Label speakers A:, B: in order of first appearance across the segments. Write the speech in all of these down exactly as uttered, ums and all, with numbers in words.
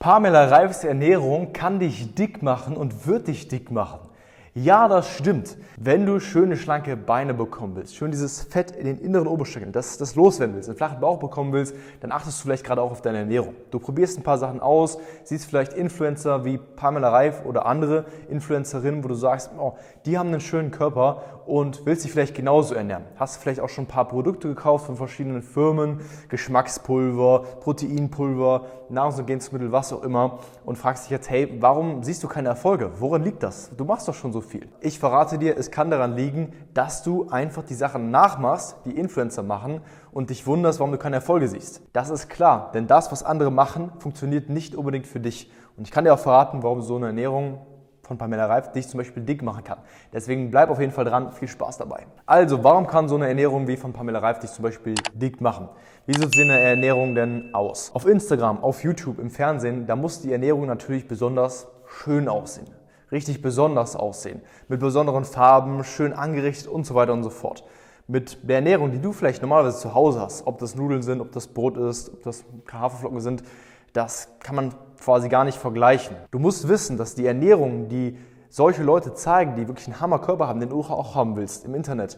A: Pamela Reifs Ernährung kann dich dick machen und wird dich dick machen. Ja, das stimmt. Wenn du schöne, schlanke Beine bekommen willst, schön dieses Fett in den inneren Oberschenkeln, das, das loswerden willst, einen flachen Bauch bekommen willst, dann achtest du vielleicht gerade auch auf deine Ernährung. Du probierst ein paar Sachen aus, siehst vielleicht Influencer wie Pamela Reif oder andere Influencerinnen, wo du sagst, oh, die haben einen schönen Körper und willst dich vielleicht genauso ernähren. Hast vielleicht auch schon ein paar Produkte gekauft von verschiedenen Firmen, Geschmackspulver, Proteinpulver, Nahrungsergänzungsmittel, was auch immer und fragst dich jetzt, hey, warum siehst du keine Erfolge? Woran liegt das? Du machst doch schon so viel. Ich verrate dir, es kann daran liegen, dass du einfach die Sachen nachmachst, die Influencer machen und dich wunderst, warum du keine Erfolge siehst. Das ist klar, denn das, was andere machen, funktioniert nicht unbedingt für dich. Und ich kann dir auch verraten, warum so eine Ernährung von Pamela Reif dich zum Beispiel dick machen kann. Deswegen bleib auf jeden Fall dran, viel Spaß dabei. Also, warum kann so eine Ernährung wie von Pamela Reif dich zum Beispiel dick machen? Wie sieht so eine Ernährung denn aus? Auf Instagram, auf YouTube, im Fernsehen, da muss die Ernährung natürlich besonders schön aussehen. Richtig besonders aussehen. Mit besonderen Farben, schön angerichtet und so weiter und so fort. Mit der Ernährung, die du vielleicht normalerweise zu Hause hast, ob das Nudeln sind, ob das Brot ist, ob das Haferflocken sind, das kann man quasi gar nicht vergleichen. Du musst wissen, dass die Ernährung, die solche Leute zeigen, die wirklich einen Hammerkörper haben, den du auch haben willst im Internet,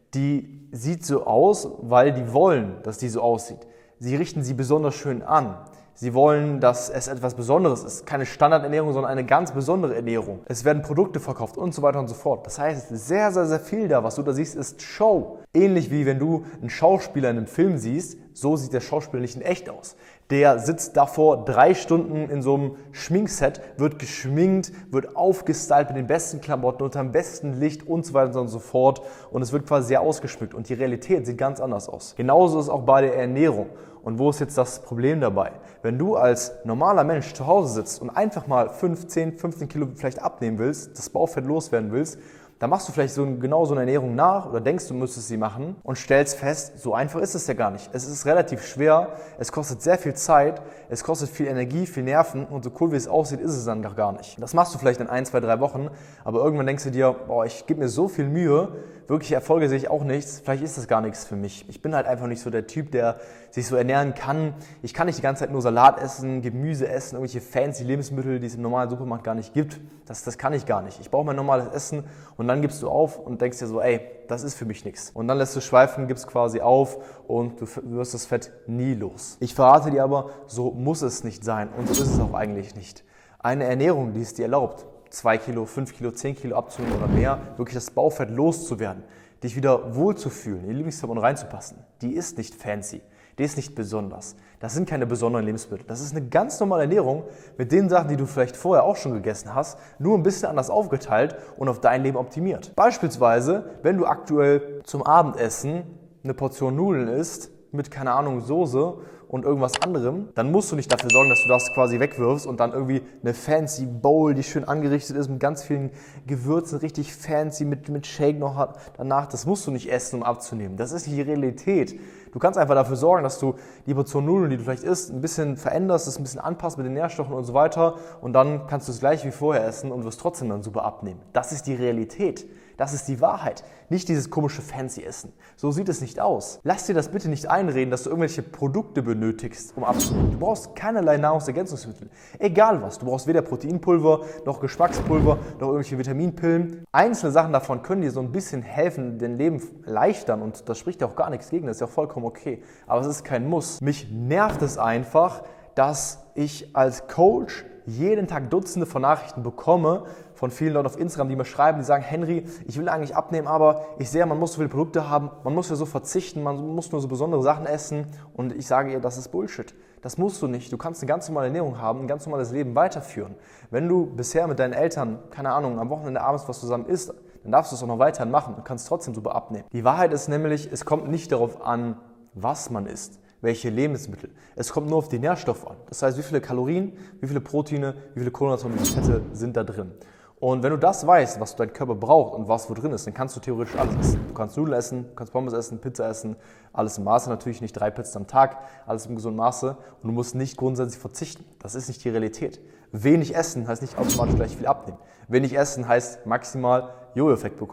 A: die sieht so aus, weil die wollen, dass die so aussieht. Sie richten sie besonders schön an. Sie wollen, dass es etwas Besonderes ist. Keine Standardernährung, sondern eine ganz besondere Ernährung. Es werden Produkte verkauft und so weiter und so fort. Das heißt, sehr, sehr, sehr viel da, was du da siehst, ist Show. Ähnlich wie wenn du einen Schauspieler in einem Film siehst, so sieht der Schauspieler nicht in echt aus. Der sitzt davor drei Stunden in so einem Schminkset, wird geschminkt, wird aufgestylt mit den besten Klamotten, unter dem besten Licht und so weiter und so fort. Und es wird quasi sehr ausgeschmückt. Und die Realität sieht ganz anders aus. Genauso ist es auch bei der Ernährung. Und wo ist jetzt das Problem dabei? Wenn du als normaler Mensch zu Hause sitzt und einfach mal fünf, zehn, fünfzehn Kilo vielleicht abnehmen willst, das Bauchfett loswerden willst, dann machst du vielleicht so, genau so eine Ernährung nach oder denkst, du müsstest sie machen und stellst fest, so einfach ist es ja gar nicht. Es ist relativ schwer, es kostet sehr viel Zeit, es kostet viel Energie, viel Nerven und so cool wie es aussieht, ist es dann gar nicht. Das machst du vielleicht in ein, zwei, drei Wochen, aber irgendwann denkst du dir, boah, ich gebe mir so viel Mühe, wirkliche Erfolge sehe ich auch nichts, vielleicht ist das gar nichts für mich. Ich bin halt einfach nicht so der Typ, der sich so ernähren kann. Ich kann nicht die ganze Zeit nur Salat essen, Gemüse essen, irgendwelche fancy Lebensmittel, die es im normalen Supermarkt gar nicht gibt. Das, das kann ich gar nicht. Ich brauche mein normales Essen und dann gibst du auf und denkst dir so, ey, das ist für mich nichts. Und dann lässt du schweifen, gibst quasi auf und du wirst das Fett nie los. Ich verrate dir aber, so muss es nicht sein und so ist es auch eigentlich nicht. Eine Ernährung, die es dir erlaubt, zwei Kilo, fünf Kilo, zehn Kilo abzunehmen oder mehr, wirklich das Bauchfett loszuwerden, dich wieder wohlzufühlen, in die Lieblingsklamotten reinzupassen, die ist nicht fancy, die ist nicht besonders. Das sind keine besonderen Lebensmittel. Das ist eine ganz normale Ernährung mit den Sachen, die du vielleicht vorher auch schon gegessen hast, nur ein bisschen anders aufgeteilt und auf dein Leben optimiert. Beispielsweise, wenn du aktuell zum Abendessen eine Portion Nudeln isst, mit, keine Ahnung, Soße und irgendwas anderem, dann musst du nicht dafür sorgen, dass du das quasi wegwirfst und dann irgendwie eine fancy Bowl, die schön angerichtet ist mit ganz vielen Gewürzen, richtig fancy, mit, mit Shake noch hat, danach. Das musst du nicht essen, um abzunehmen. Das ist nicht die Realität. Du kannst einfach dafür sorgen, dass du die Portion Nudeln, die du vielleicht isst, ein bisschen veränderst, das ein bisschen anpasst mit den Nährstoffen und so weiter und dann kannst du es gleich wie vorher essen und wirst trotzdem dann super abnehmen. Das ist die Realität. Das ist die Wahrheit, nicht dieses komische Fancy-Essen. So sieht es nicht aus. Lass dir das bitte nicht einreden, dass du irgendwelche Produkte benötigst, um abzunehmen. Du brauchst keinerlei Nahrungsergänzungsmittel. Egal was. Du brauchst weder Proteinpulver, noch Geschmackspulver, noch irgendwelche Vitaminpillen. Einzelne Sachen davon können dir so ein bisschen helfen, dein Leben erleichtern und das spricht ja auch gar nichts gegen, das ist ja vollkommen okay. Aber es ist kein Muss. Mich nervt es einfach, dass ich als Coach jeden Tag Dutzende von Nachrichten bekomme von vielen Leuten auf Instagram, die mir schreiben, die sagen, Henry, ich will eigentlich abnehmen, aber ich sehe, man muss so viele Produkte haben, man muss ja so verzichten, man muss nur so besondere Sachen essen und ich sage ihr, das ist Bullshit. Das musst du nicht. Du kannst eine ganz normale Ernährung haben, ein ganz normales Leben weiterführen. Wenn du bisher mit deinen Eltern, keine Ahnung, am Wochenende abends was zusammen isst, dann darfst du es auch noch weiterhin machen und kannst trotzdem super abnehmen. Die Wahrheit ist nämlich, es kommt nicht darauf an, was man isst, welche Lebensmittel. Es kommt nur auf die Nährstoffe an. Das heißt, wie viele Kalorien, wie viele Proteine, wie viele Kohlenhydrate, wie viele Fette sind da drin. Und wenn du das weißt, was dein Körper braucht und was wo drin ist, dann kannst du theoretisch alles essen. Du kannst Nudeln essen, du kannst Pommes essen, Pizza essen, alles im Maße natürlich, nicht drei Pizzen am Tag, alles im gesunden Maße und du musst nicht grundsätzlich verzichten. Das ist nicht die Realität. Wenig essen heißt nicht automatisch gleich viel abnehmen. Wenig essen heißt maximal Jojo-Effekt bekommen.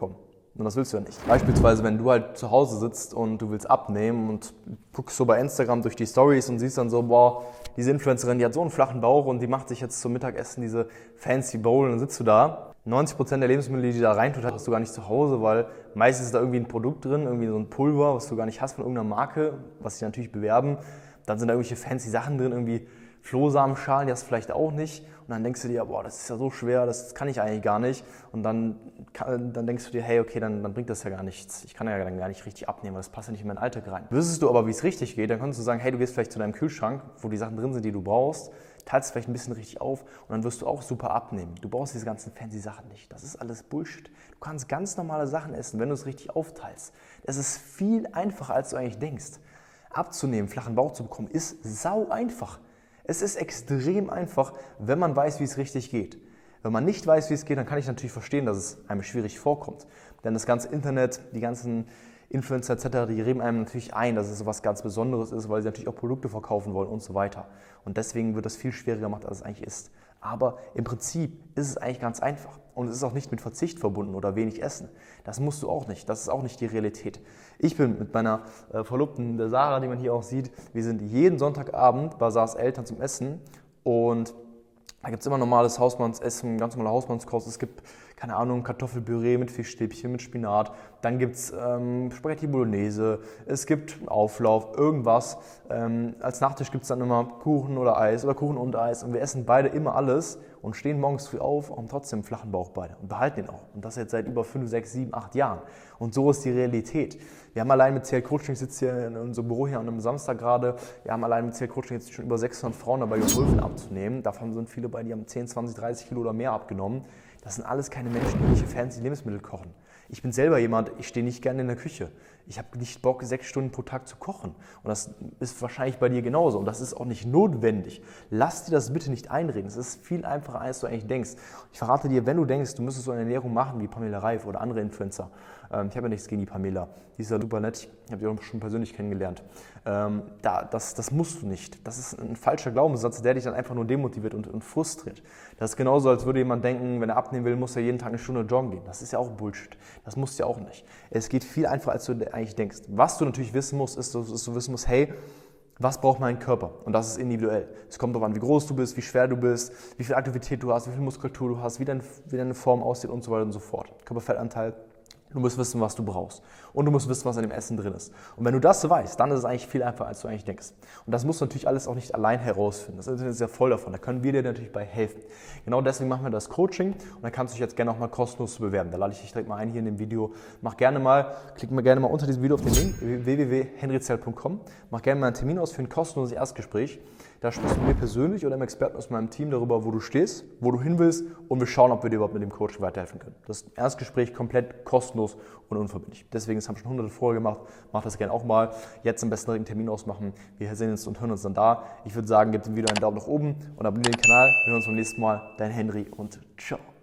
A: Und das willst du ja nicht. Beispielsweise, wenn du halt zu Hause sitzt und du willst abnehmen und guckst so bei Instagram durch die Stories und siehst dann so, boah, diese Influencerin, die hat so einen flachen Bauch und die macht sich jetzt zum Mittagessen diese fancy Bowl und dann sitzt du da. neunzig Prozent der Lebensmittel, die du da reintut, hast du gar nicht zu Hause, weil meistens ist da irgendwie ein Produkt drin, irgendwie so ein Pulver, was du gar nicht hast von irgendeiner Marke, was sie natürlich bewerben. Dann sind da irgendwelche fancy Sachen drin, irgendwie Flohsamenschalen, die hast du vielleicht auch nicht. Und dann denkst du dir, boah, das ist ja so schwer, das kann ich eigentlich gar nicht. Und dann, dann denkst du dir, hey, okay, dann, dann bringt das ja gar nichts. Ich kann ja dann gar nicht richtig abnehmen, das passt ja nicht in meinen Alltag rein. Wüsstest du aber, wie es richtig geht, dann könntest du sagen, hey, du gehst vielleicht zu deinem Kühlschrank, wo die Sachen drin sind, die du brauchst, teilst vielleicht ein bisschen richtig auf und dann wirst du auch super abnehmen. Du brauchst diese ganzen fancy Sachen nicht. Das ist alles Bullshit. Du kannst ganz normale Sachen essen, wenn du es richtig aufteilst. Es ist viel einfacher, als du eigentlich denkst. Abzunehmen, flachen Bauch zu bekommen, ist sau einfach. Es ist extrem einfach, wenn man weiß, wie es richtig geht. Wenn man nicht weiß, wie es geht, dann kann ich natürlich verstehen, dass es einem schwierig vorkommt. Denn das ganze Internet, die ganzen Influencer et cetera, die reden einem natürlich ein, dass es so was ganz Besonderes ist, weil sie natürlich auch Produkte verkaufen wollen und so weiter. Und deswegen wird das viel schwieriger gemacht, als es eigentlich ist. Aber im Prinzip ist es eigentlich ganz einfach. Und es ist auch nicht mit Verzicht verbunden oder wenig Essen. Das musst du auch nicht. Das ist auch nicht die Realität. Ich bin mit meiner äh, Verlobten, der Sarah, die man hier auch sieht, wir sind jeden Sonntagabend bei Sarahs Eltern zum Essen. Und da gibt es immer normales Hausmannsessen, ganz normaler Hausmannskost. Es gibt, keine Ahnung, Kartoffelpüree mit Fischstäbchen, mit Spinat. Dann gibt es ähm, Spaghetti Bolognese, es gibt Auflauf, irgendwas. Ähm, als Nachtisch gibt es dann immer Kuchen oder Eis oder Kuchen und Eis. Und wir essen beide immer alles und stehen morgens früh auf und haben trotzdem einen flachen Bauch beide und behalten ihn auch. Und das jetzt seit über fünf, sechs, sieben, acht Jahren. Und so ist die Realität. Wir haben allein mit C L Coaching, ich sitze hier in unserem Büro hier an einem Samstag gerade, wir haben allein mit C L Coaching jetzt schon über sechshundert Frauen dabei geholfen abzunehmen. Davon sind viele bei, die haben zehn, zwanzig, dreißig Kilo oder mehr abgenommen. Das sind alles keine Menschen, die welche fancy Lebensmittel kochen. Ich bin selber jemand, ich stehe nicht gerne in der Küche. Ich habe nicht Bock, sechs Stunden pro Tag zu kochen. Und das ist wahrscheinlich bei dir genauso. Und das ist auch nicht notwendig. Lass dir das bitte nicht einreden. Es ist viel einfacher, als du eigentlich denkst. Ich verrate dir, wenn du denkst, du müsstest so eine Ernährung machen wie Pamela Reif oder andere Influencer. Ähm, ich habe ja nichts gegen die Pamela. Die ist ja super nett. Ich habe die auch schon persönlich kennengelernt. Ähm, da, das, das musst du nicht. Das ist ein falscher Glaubenssatz, der dich dann einfach nur demotiviert und, und frustriert. Das ist genauso, als würde jemand denken, wenn er abnehmen will, muss er jeden Tag eine Stunde joggen gehen. Das ist ja auch Bullshit. Das musst du ja auch nicht. Es geht viel einfacher, als du eigentlich denkst. Was du natürlich wissen musst, ist, dass du wissen musst, hey, was braucht mein Körper? Und das ist individuell. Es kommt darauf an, wie groß du bist, wie schwer du bist, wie viel Aktivität du hast, wie viel Muskulatur du hast, wie, dein, wie deine Form aussieht und so weiter und so fort. Körperfettanteil. Du musst wissen, was du brauchst. Und du musst wissen, was in dem Essen drin ist. Und wenn du das weißt, dann ist es eigentlich viel einfacher, als du eigentlich denkst. Und das musst du natürlich alles auch nicht allein herausfinden. Das Internet ist ja voll davon. Da können wir dir natürlich bei helfen. Genau deswegen machen wir das Coaching. Und dann kannst du dich jetzt gerne auch mal kostenlos bewerben. Da lade ich dich direkt mal ein hier in dem Video. Mach gerne mal, klick mal gerne mal unter diesem Video auf den Link w w w punkt henry zell punkt com. Mach gerne mal einen Termin aus für ein kostenloses Erstgespräch. Da sprichst du mit mir persönlich oder einem Experten aus meinem Team darüber, wo du stehst, wo du hin willst und wir schauen, ob wir dir überhaupt mit dem Coaching weiterhelfen können. Das Erstgespräch komplett kostenlos und unverbindlich. Deswegen, das haben schon hunderte vorher gemacht, mach das gerne auch mal. Jetzt am besten direkt einen Termin ausmachen. Wir sehen uns und hören uns dann da. Ich würde sagen, gib dem Video einen Daumen nach oben und abonniere den Kanal. Wir hören uns beim nächsten Mal. Dein Henry und ciao.